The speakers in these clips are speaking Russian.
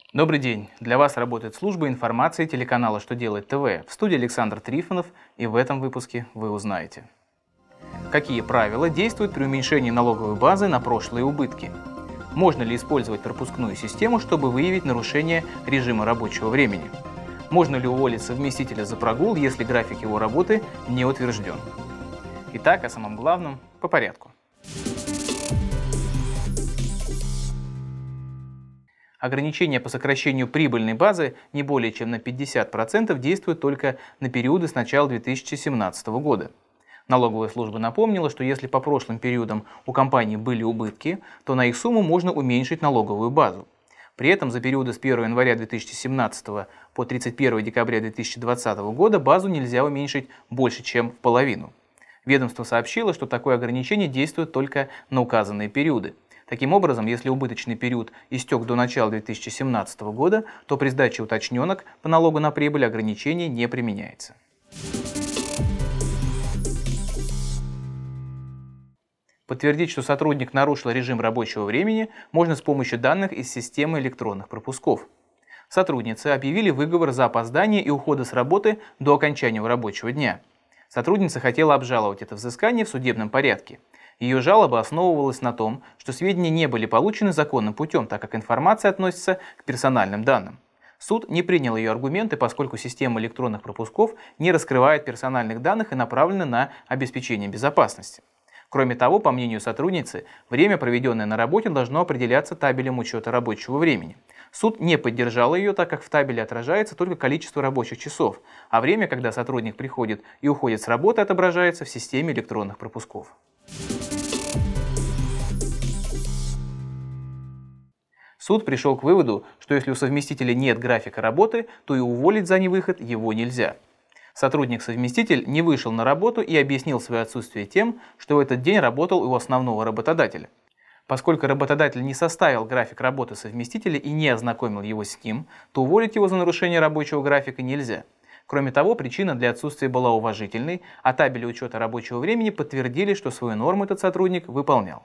Добрый день! Для вас работает служба информации телеканала «Что делает ТВ». В студии Александр Трифонов, и в этом выпуске вы узнаете: какие правила действуют при уменьшении налоговой базы на прошлые убытки? Можно ли использовать пропускную систему, чтобы выявить нарушение режима рабочего времени? Можно ли уволить совместителя за прогул, если график его работы не утвержден? Итак, о самом главном по порядку. Ограничения по сокращению прибыльной базы не более чем на 50% действуют только на периоды с начала 2017 года. Налоговая служба напомнила, что если по прошлым периодам у компаний были убытки, то на их сумму можно уменьшить налоговую базу. При этом за периоды с 1 января 2017 по 31 декабря 2020 года базу нельзя уменьшить больше, чем в половину. Ведомство сообщило, что такое ограничение действует только на указанные периоды. Таким образом, если убыточный период истек до начала 2017 года, то при сдаче уточненок по налогу на прибыль ограничение не применяется. Подтвердить, что сотрудник нарушил режим рабочего времени, можно с помощью данных из системы электронных пропусков. Сотрудницы объявили выговор за опоздание и ухода с работы до окончания рабочего дня. Сотрудница хотела обжаловать это взыскание в судебном порядке. Ее жалоба основывалась на том, что сведения не были получены законным путем, так как информация относится к персональным данным. Суд не принял ее аргументы, поскольку система электронных пропусков не раскрывает персональных данных и направлена на обеспечение безопасности. Кроме того, по мнению сотрудницы, время, проведенное на работе, должно определяться табелем учета рабочего времени. Суд не поддержал ее, так как в табеле отражается только количество рабочих часов, а время, когда сотрудник приходит и уходит с работы, отображается в системе электронных пропусков. Суд пришел к выводу, что если у совместителя нет графика работы, то и уволить за невыход его нельзя. Сотрудник-совместитель не вышел на работу и объяснил свое отсутствие тем, что в этот день работал у основного работодателя. Поскольку работодатель не составил график работы совместителя и не ознакомил его с ним, то уволить его за нарушение рабочего графика нельзя. Кроме того, причина для отсутствия была уважительной, а табели учета рабочего времени подтвердили, что свою норму этот сотрудник выполнял.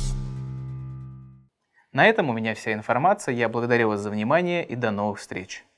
На этом у меня вся информация. Я благодарю вас за внимание и до новых встреч.